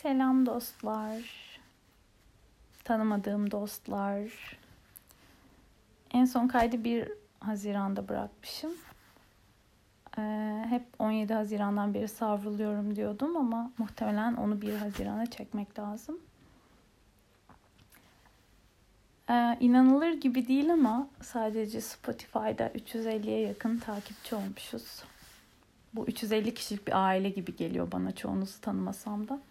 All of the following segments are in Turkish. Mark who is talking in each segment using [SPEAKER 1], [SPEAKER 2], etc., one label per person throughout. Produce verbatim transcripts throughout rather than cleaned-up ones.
[SPEAKER 1] Selam dostlar, tanımadığım dostlar. En son kaydı bir Haziran'da bırakmışım. Ee, hep on yedi Haziran'dan beri savruluyorum diyordum ama muhtemelen onu bir Haziran'a çekmek lazım. Ee, inanılır gibi değil ama sadece Spotify'da üç yüz elliye yakın takipçi olmuşuz. Bu üç yüz elli kişilik bir aile gibi geliyor bana, çoğunuzu tanımasam da.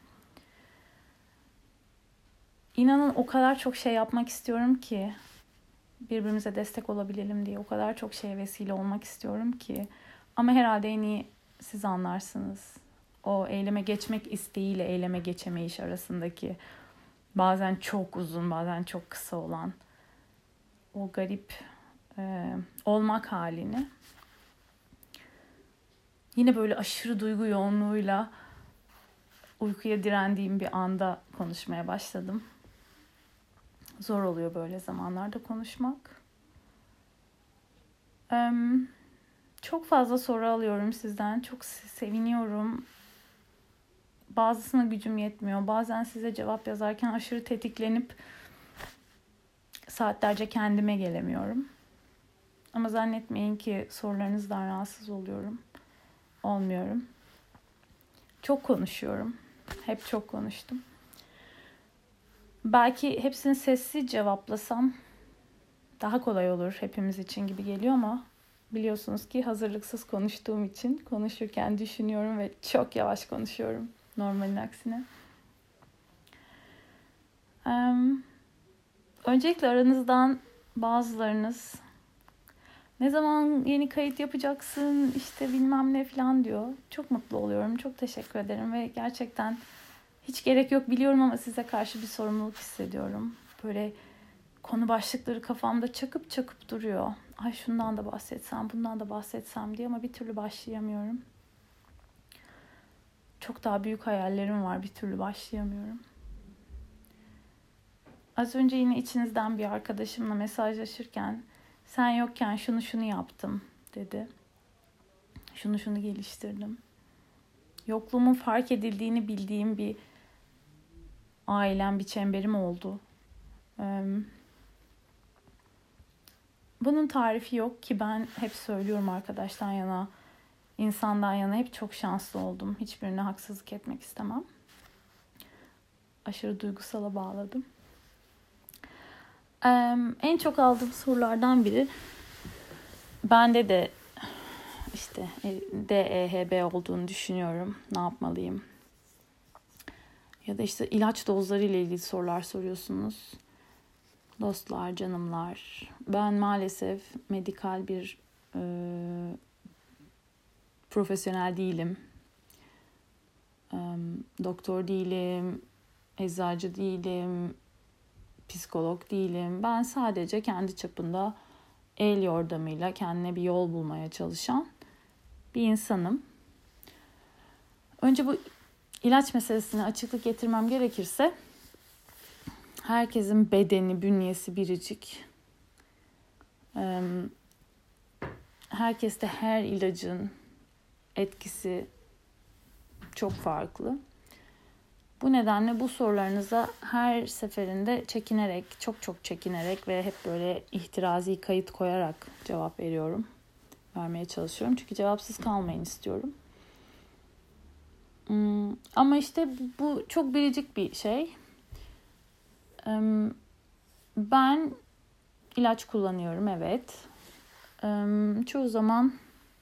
[SPEAKER 1] İnanın o kadar çok şey yapmak istiyorum ki, birbirimize destek olabilelim diye o kadar çok şeye vesile olmak istiyorum ki. Ama herhalde en iyi siz anlarsınız. O eyleme geçmek isteğiyle eyleme geçemeyiş arasındaki bazen çok uzun, bazen çok kısa olan o garip e, olmak halini. Yine böyle aşırı duygu yoğunluğuyla uykuya direndiğim bir anda konuşmaya başladım. Zor oluyor böyle zamanlarda konuşmak. Ee, çok fazla soru alıyorum sizden. Çok seviniyorum. Bazısına gücüm yetmiyor. Bazen size cevap yazarken aşırı tetiklenip saatlerce kendime gelemiyorum. Ama zannetmeyin ki sorularınızdan rahatsız oluyorum. Olmuyorum. Çok konuşuyorum. Hep çok konuştum. Belki hepsini sessiz cevaplasam daha kolay olur hepimiz için gibi geliyor ama biliyorsunuz ki hazırlıksız konuştuğum için konuşurken düşünüyorum ve çok yavaş konuşuyorum normalin aksine. Ee, öncelikle aranızdan bazılarınız ne zaman yeni kayıt yapacaksın işte bilmem ne falan diyor. Çok mutlu oluyorum. Çok teşekkür ederim ve gerçekten hiç gerek yok biliyorum ama size karşı bir sorumluluk hissediyorum. Böyle konu başlıkları kafamda çakıp çakıp duruyor. Ay şundan da bahsetsem, bundan da bahsetsem diye ama bir türlü başlayamıyorum. Çok daha büyük hayallerim var, bir türlü başlayamıyorum. Az önce yine içinizden bir arkadaşımla mesajlaşırken sen yokken şunu şunu yaptım dedi. Şunu şunu geliştirdim. Yokluğumun fark edildiğini bildiğim bir ailem, bir çemberim oldu. Ee, bunun tarifi yok ki ben hep söylüyorum arkadaştan yana, insandan yana hep çok şanslı oldum. Hiçbirine haksızlık etmek istemem. Aşırı duygusala bağladım. Ee, en çok aldığım sorulardan biri bende de işte D E H B olduğunu düşünüyorum. Ne yapmalıyım? Ya da işte ilaç dozları ile ilgili sorular soruyorsunuz. Dostlar, canımlar. Ben maalesef medikal bir e, profesyonel değilim. E, doktor değilim, eczacı değilim, psikolog değilim. Ben sadece kendi çapında el yordamıyla kendine bir yol bulmaya çalışan bir insanım. Önce bu ilaç meselesine açıklık getirmem gerekirse herkesin bedeni, bünyesi biricik. Herkeste her ilacın etkisi çok farklı. Bu nedenle bu sorularınıza her seferinde çekinerek, çok çok çekinerek ve hep böyle ihtirazi kayıt koyarak cevap veriyorum. Vermeye çalışıyorum. Çünkü cevapsız kalmayın istiyorum. Ama işte bu çok biricik bir şey. Ben ilaç kullanıyorum, evet. Çoğu zaman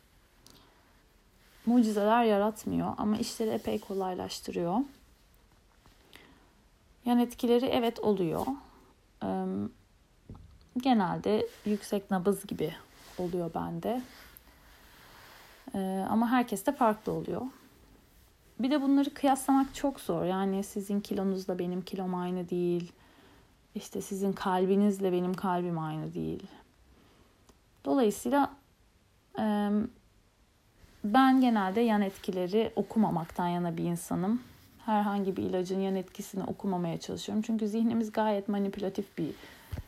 [SPEAKER 1] mucizeler yaratmıyor ama işleri epey kolaylaştırıyor. Yan etkileri evet oluyor. Genelde yüksek nabız gibi oluyor bende. Ama herkeste farklı oluyor. Bir de bunları kıyaslamak çok zor. Yani sizin kilonuzla benim kilom aynı değil. İşte sizin kalbinizle benim kalbim aynı değil. Dolayısıyla ben genelde yan etkileri okumamaktan yana bir insanım. Herhangi bir ilacın yan etkisini okumamaya çalışıyorum. Çünkü zihnimiz gayet manipülatif bir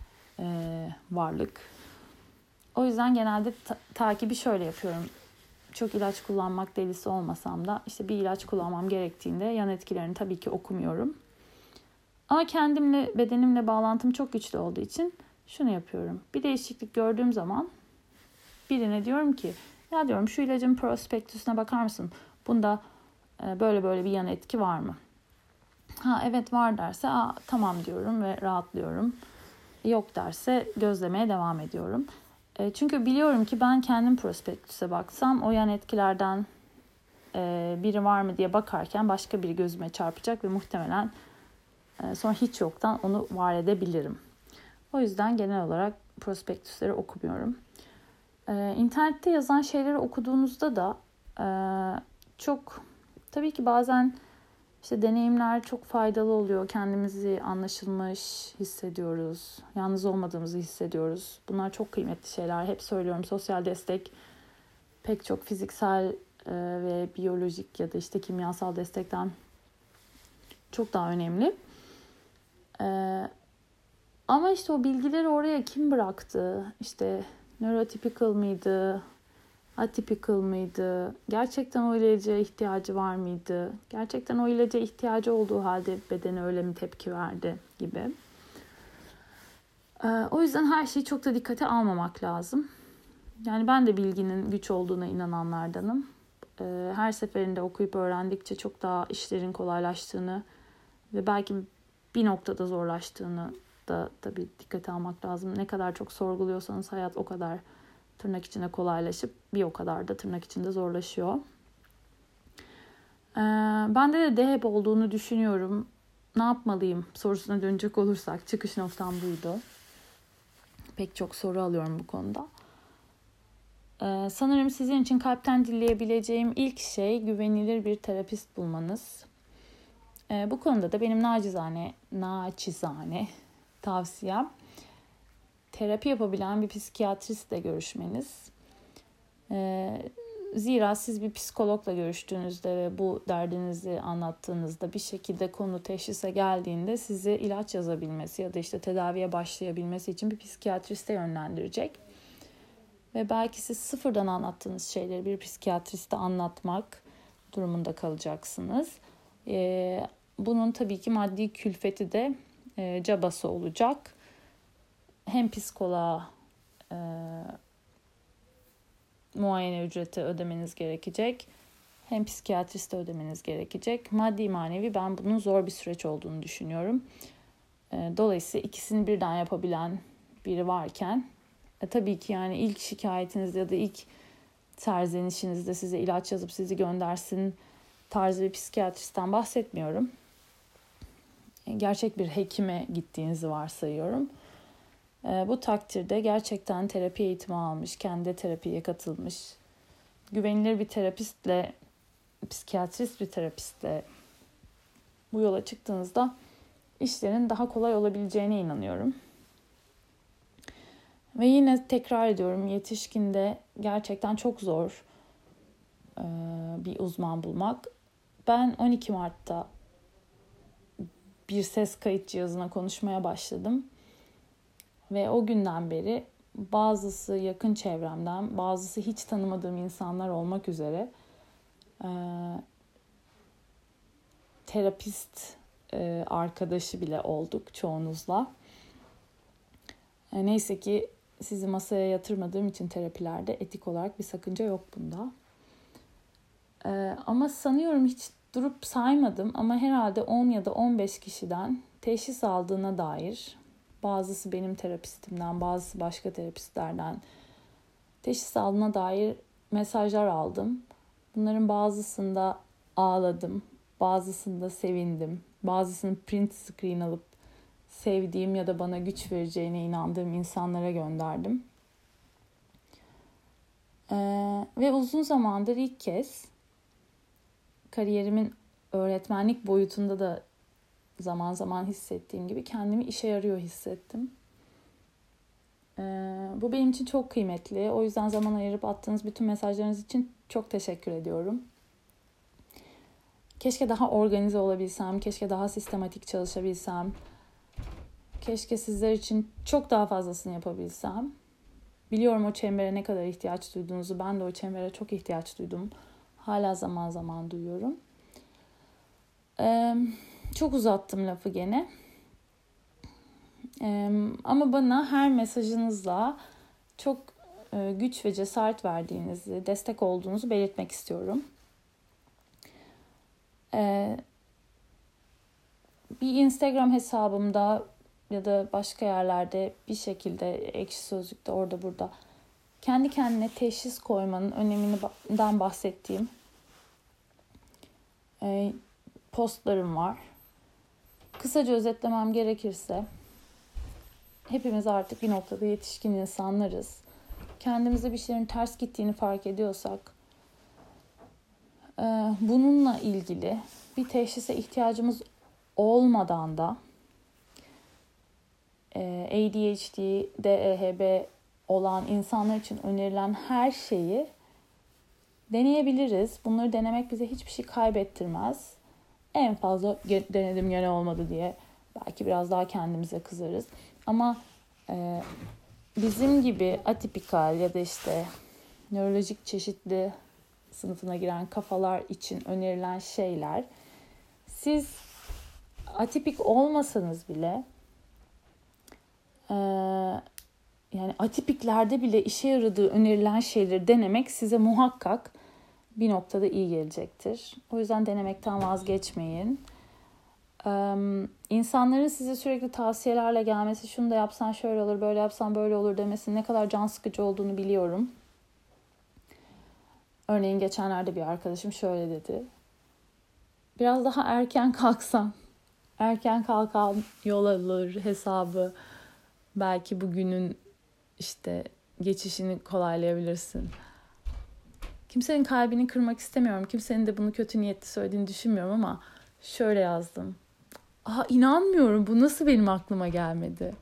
[SPEAKER 1] e, varlık. O yüzden genelde ta- takibi şöyle yapıyorum. çok ilaç kullanmak delisi olmasam da işte bir ilaç kullanmam gerektiğinde yan etkilerini tabii ki okumuyorum. Ama kendimle, bedenimle bağlantım çok güçlü olduğu için şunu yapıyorum. Bir değişiklik gördüğüm zaman birine diyorum ki ya diyorum şu ilacın prospektüsüne bakar mısın? Bunda böyle böyle bir yan etki var mı? Ha evet var derse Aa, tamam diyorum ve rahatlıyorum. Yok derse gözlemeye devam ediyorum. E, çünkü biliyorum ki ben kendim prospektüse baksam o yan etkilerden e, biri var mı diye bakarken başka biri gözüme çarpacak ve muhtemelen e, sonra hiç yoktan onu var edebilirim. O yüzden genel olarak prospektüsleri okumuyorum. E, internette yazan şeyleri okuduğunuzda da e, çok tabii ki bazen İşte deneyimler çok faydalı oluyor. Kendimizi anlaşılmış hissediyoruz. Yalnız olmadığımızı hissediyoruz. Bunlar çok kıymetli şeyler. Hep söylüyorum, sosyal destek pek çok fiziksel ve biyolojik ya da işte kimyasal destekten çok daha önemli. Ama işte o bilgileri oraya kim bıraktı? İşte neurotypical mıydı? Atypical mıydı? Gerçekten o ilaca ihtiyacı var mıydı? Gerçekten o ilaca ihtiyacı olduğu halde bedeni öyle mi tepki verdi gibi. Ee, o yüzden her şeyi çok da dikkate almamak lazım. Yani ben de bilginin güç olduğuna inananlardanım. Ee, her seferinde okuyup öğrendikçe çok daha işlerin kolaylaştığını ve belki bir noktada zorlaştığını da tabii dikkate almak lazım. Ne kadar çok sorguluyorsanız hayat o kadar tırnak içinde kolaylaşıp bir o kadar da tırnak içinde zorlaşıyor. Ee, bende de D H E B olduğunu düşünüyorum. Ne yapmalıyım sorusuna dönecek olursak çıkış noktam buydu. Pek çok soru alıyorum bu konuda. Ee, sanırım sizin için kalpten dileyebileceğim ilk şey güvenilir bir terapist bulmanız. Ee, bu konuda da benim nacizane, naçizane tavsiyem terapi yapabilen bir psikiyatristle görüşmeniz. Ee, zira siz bir psikologla görüştüğünüzde ve bu derdinizi anlattığınızda bir şekilde konu teşhise geldiğinde sizi ilaç yazabilmesi ya da işte tedaviye başlayabilmesi için bir psikiyatriste yönlendirecek. Ve belki siz sıfırdan anlattığınız şeyleri bir psikiyatriste anlatmak durumunda kalacaksınız. Ee, bunun tabii ki maddi külfeti de e, cabası olacak. Hem psikoloğa e, muayene ücreti ödemeniz gerekecek. Hem psikiyatriste ödemeniz gerekecek. Maddi manevi ben bunun zor bir süreç olduğunu düşünüyorum. E, dolayısıyla ikisini birden yapabilen biri varken e, tabii ki yani ilk şikayetinizde ya da ilk serzenişinizde size ilaç yazıp sizi göndersin tarzı bir psikiyatristten bahsetmiyorum. E, gerçek bir hekime gittiğinizi varsayıyorum. E, bu takdirde gerçekten terapi eğitimi almış, kendi terapiye katılmış, güvenilir bir terapistle, psikiyatrist bir terapistle bu yola çıktığınızda işlerin daha kolay olabileceğine inanıyorum. Ve yine tekrar ediyorum, yetişkinde gerçekten çok zor e, bir uzman bulmak. Ben on iki Mart'ta bir ses kayıt cihazına konuşmaya başladım. Ve o günden beri bazısı yakın çevremden, bazısı hiç tanımadığım insanlar olmak üzere e, terapist e, arkadaşı bile olduk çoğunuzla. E, neyse ki sizi masaya yatırmadığım için terapilerde etik olarak bir sakınca yok bunda. E, ama sanıyorum hiç durup saymadım ama herhalde on ya da on beş kişiden teşhis aldığına dair, bazısı benim terapistimden, bazısı başka terapistlerden teşhis aldığına dair mesajlar aldım. Bunların bazısında ağladım, bazısında sevindim, bazısını print screen alıp sevdiğim ya da bana güç vereceğine inandığım insanlara gönderdim. Ee, ve uzun zamandır ilk kez kariyerimin öğretmenlik boyutunda da zaman zaman hissettiğim gibi kendimi işe yarıyor hissettim. Ee, bu benim için çok kıymetli. O yüzden zaman ayırıp attığınız bütün mesajlarınız için çok teşekkür ediyorum. Keşke daha organize olabilsem, keşke daha sistematik çalışabilsem, keşke sizler için çok daha fazlasını yapabilsem. Biliyorum o çembere ne kadar ihtiyaç duyduğunuzu. Ben de o çembere çok ihtiyaç duydum. Hala zaman zaman duyuyorum. Ee, çok uzattım lafı gene. Ee, ama bana her mesajınızla çok e, güç ve cesaret verdiğinizi, destek olduğunuzu belirtmek istiyorum. Ee, bir Instagram hesabımda ya da başka yerlerde bir şekilde Ekşi Sözlük'te orada burada kendi kendine teşhis koymanın öneminden bahsettiğim e, postlarım var. Kısaca özetlemem gerekirse hepimiz artık bir noktada yetişkin insanlarız. Kendimize bir şeylerin ters gittiğini fark ediyorsak e, bununla ilgili bir teşhise ihtiyacımız olmadan da e, A D H D, D E H B olan insanlar için önerilen her şeyi deneyebiliriz. Bunları denemek bize hiçbir şey kaybettirmez. En fazla denedim gene olmadı diye belki biraz daha kendimize kızarız. Ama e, bizim gibi atipikal ya da işte nörolojik çeşitli sınıfına giren kafalar için önerilen şeyler, siz atipik olmasanız bile e, yani atipiklerde bile işe yaradığı önerilen şeyleri denemek size muhakkak bir noktada iyi gelecektir. O yüzden denemekten vazgeçmeyin. Ee, insanların size sürekli tavsiyelerle gelmesi, şunu da yapsan şöyle olur, böyle yapsan böyle olur demesi ne kadar can sıkıcı olduğunu biliyorum. Örneğin geçenlerde bir arkadaşım şöyle dedi. Biraz daha erken kalksan, erken kalkan yol alır hesabı, belki bugünün işte geçişini kolaylayabilirsin. Kimsenin kalbini kırmak istemiyorum. Kimsenin de bunu kötü niyetli söylediğini düşünmüyorum ama şöyle yazdım. Aa, inanmıyorum. Bu nasıl benim aklıma gelmedi?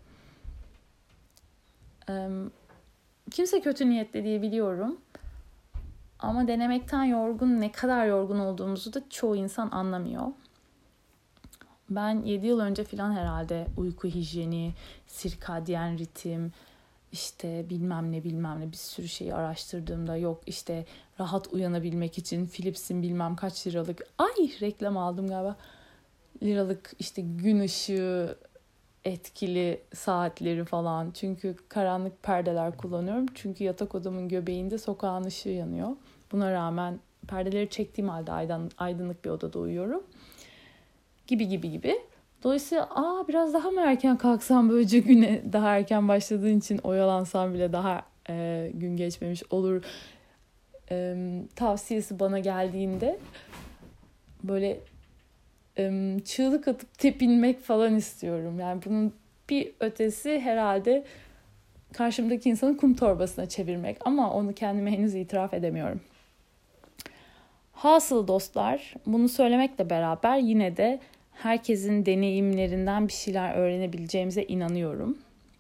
[SPEAKER 1] Ee, kimse kötü niyetli diye biliyorum. Ama denemekten yorgun, ne kadar yorgun olduğumuzu da çoğu insan anlamıyor. Ben yedi yıl önce falan herhalde uyku hijyeni, sirkadyen ritim, İşte bilmem ne bilmem ne bir sürü şeyi araştırdığımda yok işte rahat uyanabilmek için Philips'in bilmem kaç liralık ay reklam aldım galiba liralık işte gün ışığı etkili saatleri falan. Çünkü karanlık perdeler kullanıyorum. Çünkü yatak odamın göbeğinde sokağın ışığı yanıyor. Buna rağmen perdeleri çektiğim halde aydınlık bir odada uyuyorum. Gibi gibi gibi. Dolayısıyla aa biraz daha mı erken kalksam böylece güne daha erken başladığın için oyalansam bile daha e, gün geçmemiş olur e, tavsiyesi bana geldiğinde böyle e, çığlık atıp tepinmek falan istiyorum. Yani bunun bir ötesi herhalde karşımdaki insanı kum torbasına çevirmek ama onu kendime henüz itiraf edemiyorum. Hasılı dostlar, bunu söylemekle beraber yine de herkesin deneyimlerinden bir şeyler öğrenebileceğimize inanıyorum.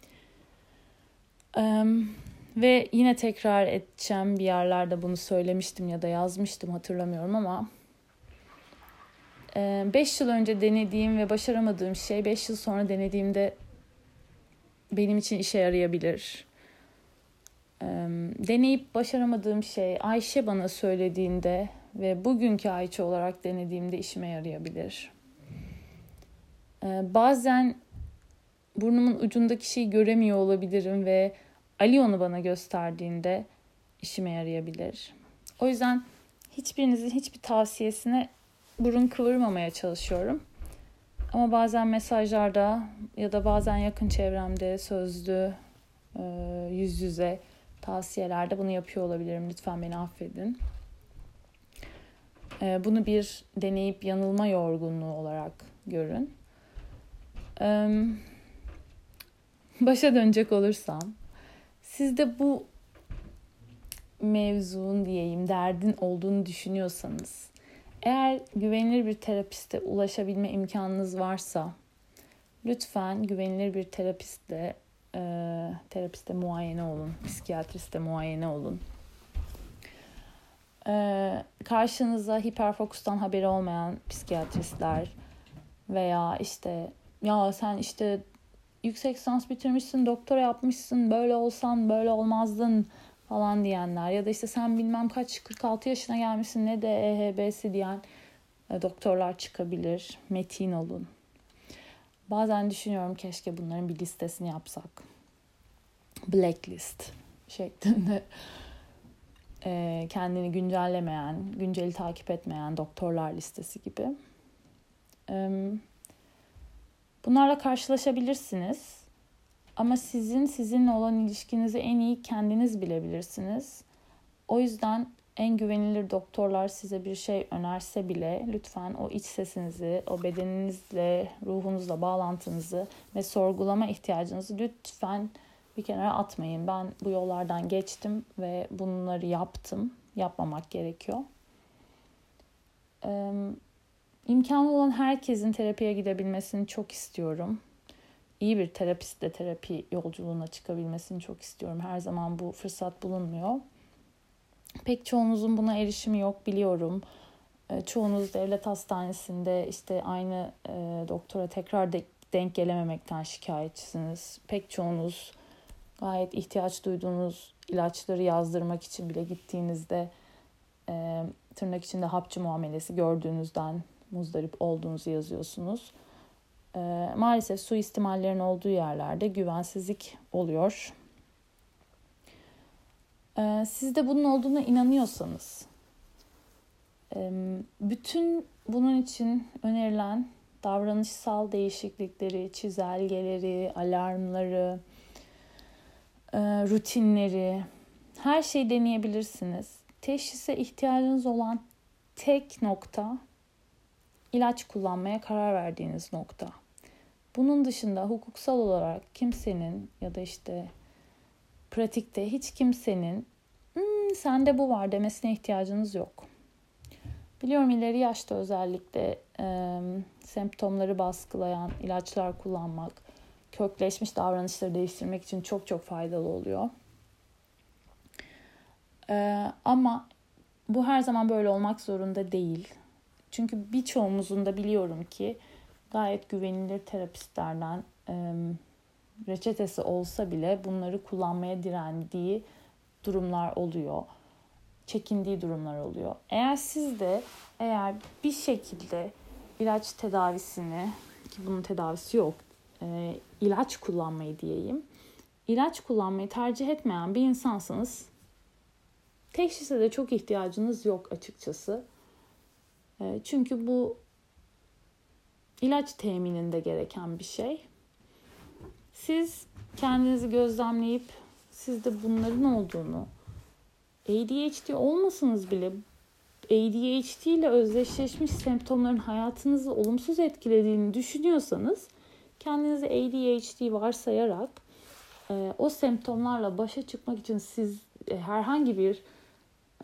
[SPEAKER 1] Ee, ve yine tekrar edeceğim, bir yerlerde bunu söylemiştim ya da yazmıştım hatırlamıyorum ama beş yıl önce denediğim ve başaramadığım şey beş yıl sonra denediğimde benim için işe yarayabilir. Ee, deneyip başaramadığım şey Ayşe bana söylediğinde ve bugünkü Ayşe olarak denediğimde işime yarayabilir. Ee, bazen burnumun ucundaki şeyi göremiyor olabilirim ve Ali onu bana gösterdiğinde işime yarayabilir. O yüzden hiçbirinizin hiçbir tavsiyesine burun kıvırmamaya çalışıyorum. Ama bazen mesajlarda ya da bazen yakın çevremde sözlü, yüz yüze tavsiyelerde bunu yapıyor olabilirim. Lütfen beni affedin. Bunu bir deneyip yanılma yorgunluğu olarak görün. Başa dönecek olursam, sizde bu mevzunun diyeyim, derdin olduğunu düşünüyorsanız, eğer güvenilir bir terapiste ulaşabilme imkanınız varsa, lütfen güvenilir bir terapistle e, terapiste muayene olun, psikiyatriste muayene olun. E, karşınıza hiperfokustan haberi olmayan psikiyatristler veya işte ya sen işte yüksek lisans bitirmişsin, doktora yapmışsın, böyle olsan böyle olmazdın falan diyenler. Ya da işte sen bilmem kaç kırk altı yaşına gelmişsin ne de E H B'si diyen e, doktorlar çıkabilir. Metin olun. Bazen düşünüyorum keşke bunların bir listesini yapsak. Blacklist şeklinde. E, kendini güncellemeyen, günceli takip etmeyen doktorlar listesi gibi. E, bunlarla karşılaşabilirsiniz. Ama sizin sizinle olan ilişkinizi en iyi kendiniz bilebilirsiniz. O yüzden en güvenilir doktorlar size bir şey önerse bile lütfen o iç sesinizi, o bedeninizle, ruhunuzla bağlantınızı ve sorgulama ihtiyacınızı lütfen bir kenara atmayın. Ben bu yollardan geçtim ve bunları yaptım. Yapmamak gerekiyor. Ee, imkanı olan herkesin terapiye gidebilmesini çok istiyorum. İyi bir terapistle terapi yolculuğuna çıkabilmesini çok istiyorum. Her zaman bu fırsat bulunmuyor. Pek çoğunuzun buna erişimi yok biliyorum. Çoğunuz devlet hastanesinde işte aynı e, doktora tekrar de, denk gelememekten şikayetçisiniz. Pek çoğunuz gayet ihtiyaç duyduğunuz ilaçları yazdırmak için bile gittiğinizde e, tırnak içinde hapçı muamelesi gördüğünüzden muzdarip olduğunuzu yazıyorsunuz. E, maalesef suistimallerin olduğu yerlerde güvensizlik oluyor. E, siz de bunun olduğuna inanıyorsanız, e, bütün bunun için önerilen davranışsal değişiklikleri, çizelgeleri, alarmları, e, rutinleri, her şeyi deneyebilirsiniz. Teşhise ihtiyacınız olan tek nokta ilaç kullanmaya karar verdiğiniz nokta. Bunun dışında hukuksal olarak kimsenin ya da işte pratikte hiç kimsenin hmm, sende bu var demesine ihtiyacınız yok. Biliyorum ileri yaşta özellikle e, semptomları baskılayan ilaçlar kullanmak, kökleşmiş davranışları değiştirmek için çok çok faydalı oluyor. E, ama bu her zaman böyle olmak zorunda değil. Çünkü birçoğumuzun da biliyorum ki gayet güvenilir terapistlerden e, reçetesi olsa bile bunları kullanmaya direndiği durumlar oluyor. Çekindiği durumlar oluyor. Eğer siz de eğer bir şekilde ilaç tedavisini, ki bunun tedavisi yok, e, ilaç kullanmayı diyeyim, ilaç kullanmayı tercih etmeyen bir insansanız teşhise de çok ihtiyacınız yok açıkçası. E, çünkü bu ilaç temininde gereken bir şey. Siz kendinizi gözlemleyip sizde bunların olduğunu, A D H D olmasanız bile A D H D ile özdeşleşmiş semptomların hayatınızı olumsuz etkilediğini düşünüyorsanız kendinizi A D H D varsayarak e, o semptomlarla başa çıkmak için siz e, herhangi bir e,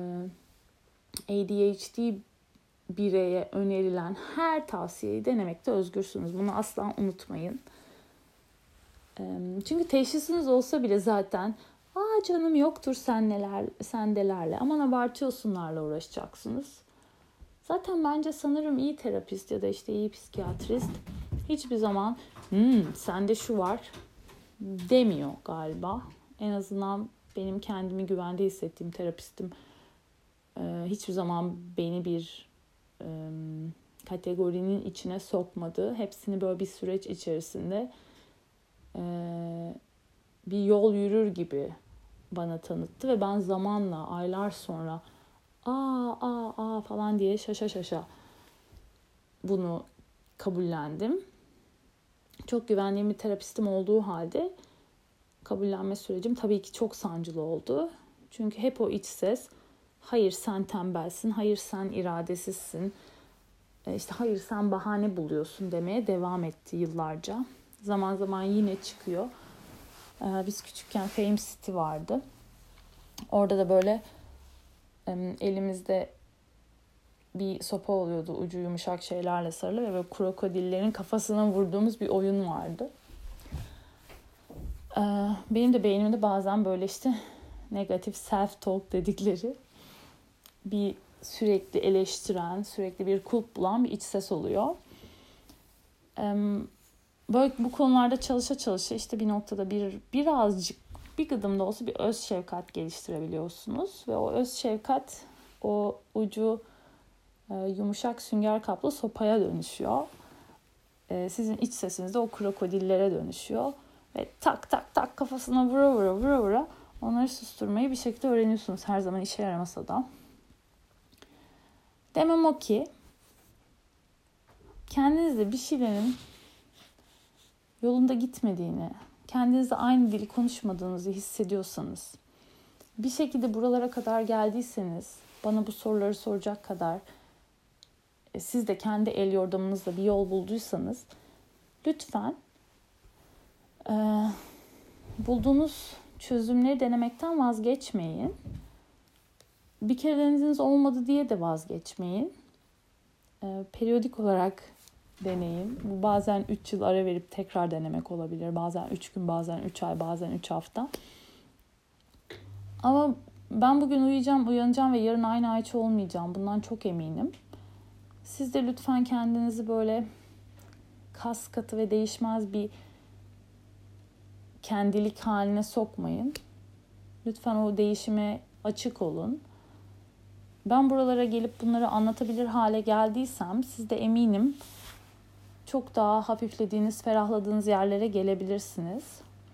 [SPEAKER 1] A D H D bireye önerilen her tavsiyeyi denemekte özgürsünüz. Bunu asla unutmayın. E, çünkü teşhisiniz olsa bile zaten aa canım yoktur sen neler, sendelerle aman abartıyorsunlarla uğraşacaksınız. Zaten bence sanırım iyi terapist ya da işte iyi psikiyatrist hiçbir zaman hmm, sende şu var demiyor galiba. En azından benim kendimi güvende hissettiğim terapistim e, hiçbir zaman beni bir e, kategorinin içine sokmadı. Hepsini böyle bir süreç içerisinde e, bir yol yürür gibi bana tanıttı ve ben zamanla aylar sonra aa aa aa falan diye şaşa şaşa bunu kabullendim. Çok güvendiğim bir terapistim olduğu halde kabullenme sürecim tabii ki çok sancılı oldu. Çünkü hep o iç ses hayır sen tembelsin, hayır sen iradesizsin, işte hayır sen bahane buluyorsun demeye devam etti yıllarca. Zaman zaman yine çıkıyor. Biz küçükken Fame City vardı. Orada da böyle elimizde bir sopa oluyordu. Ucu yumuşak şeylerle sarılı ve böyle krokodillerin kafasına vurduğumuz bir oyun vardı. Benim de beynimde bazen böyle işte negatif self-talk dedikleri bir sürekli eleştiren, sürekli bir kulp bulan bir iç ses oluyor. böyle bu konularda çalışa çalışa işte bir noktada bir birazcık bir gıdım da olsa bir öz şefkat geliştirebiliyorsunuz. Ve o öz şefkat o ucu e, yumuşak sünger kaplı sopaya dönüşüyor. E, sizin iç sesinizde o krokodillere dönüşüyor. Ve tak tak tak kafasına vura vura vura vura onları susturmayı bir şekilde öğreniyorsunuz. Her zaman işe yaramasa da. Demem o ki kendinizde bir şeylerin yolunda gitmediğini, kendinizle aynı dili konuşmadığınızı hissediyorsanız, bir şekilde buralara kadar geldiyseniz, bana bu soruları soracak kadar siz de kendi el yordamınızla bir yol bulduysanız, lütfen e, bulduğunuz çözümleri denemekten vazgeçmeyin. Bir kere denediğiniz olmadı diye de vazgeçmeyin. E, periyodik olarak deneyin. Bu bazen üç yıl ara verip tekrar denemek olabilir. Bazen üç gün, bazen üç ay, bazen üç hafta. Ama ben bugün uyuyacağım, uyanacağım ve yarın aynı Ayça olmayacağım. Bundan çok eminim. Siz de lütfen kendinizi böyle kas katı ve değişmez bir kendilik haline sokmayın. Lütfen o değişime açık olun. Ben buralara gelip bunları anlatabilir hale geldiysem siz de eminim çok daha hafiflediğiniz, ferahladığınız yerlere gelebilirsiniz.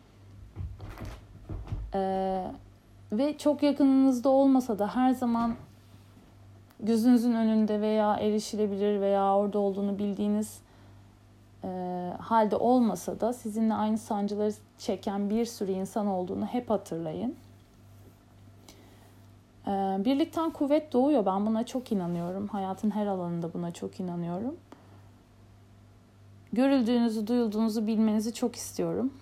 [SPEAKER 1] Ee, ve çok yakınınızda olmasa da her zaman gözünüzün önünde veya erişilebilir veya orada olduğunu bildiğiniz e, halde olmasa da sizinle aynı sancıları çeken bir sürü insan olduğunu hep hatırlayın. Ee, birlikten kuvvet doğuyor. Ben buna çok inanıyorum. Hayatın her alanında buna çok inanıyorum. Görüldüğünüzü, duyulduğunuzu bilmenizi çok istiyorum.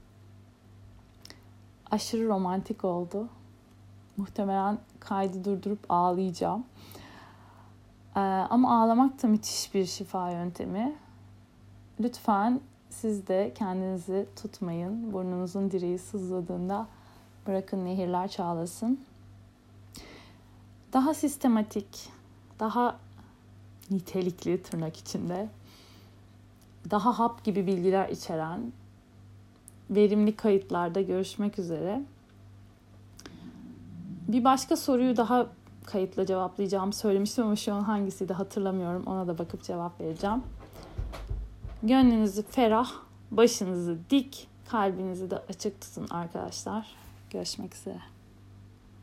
[SPEAKER 1] Aşırı romantik oldu. Muhtemelen kaydı durdurup ağlayacağım. Ee, ama ağlamak da müthiş bir şifa yöntemi. Lütfen siz de kendinizi tutmayın. Burnunuzun direği sızladığında bırakın nehirler çağlasın. Daha sistematik, daha nitelikli tırnak içinde, daha hap gibi bilgiler içeren verimli kayıtlarda görüşmek üzere. Bir başka soruyu daha kayıtla cevaplayacağımı söylemiştim ama şu an hangisiydi hatırlamıyorum. Ona da bakıp cevap vereceğim. Gönlünüzü ferah, başınızı dik, kalbinizi de açık tutun arkadaşlar. Görüşmek üzere.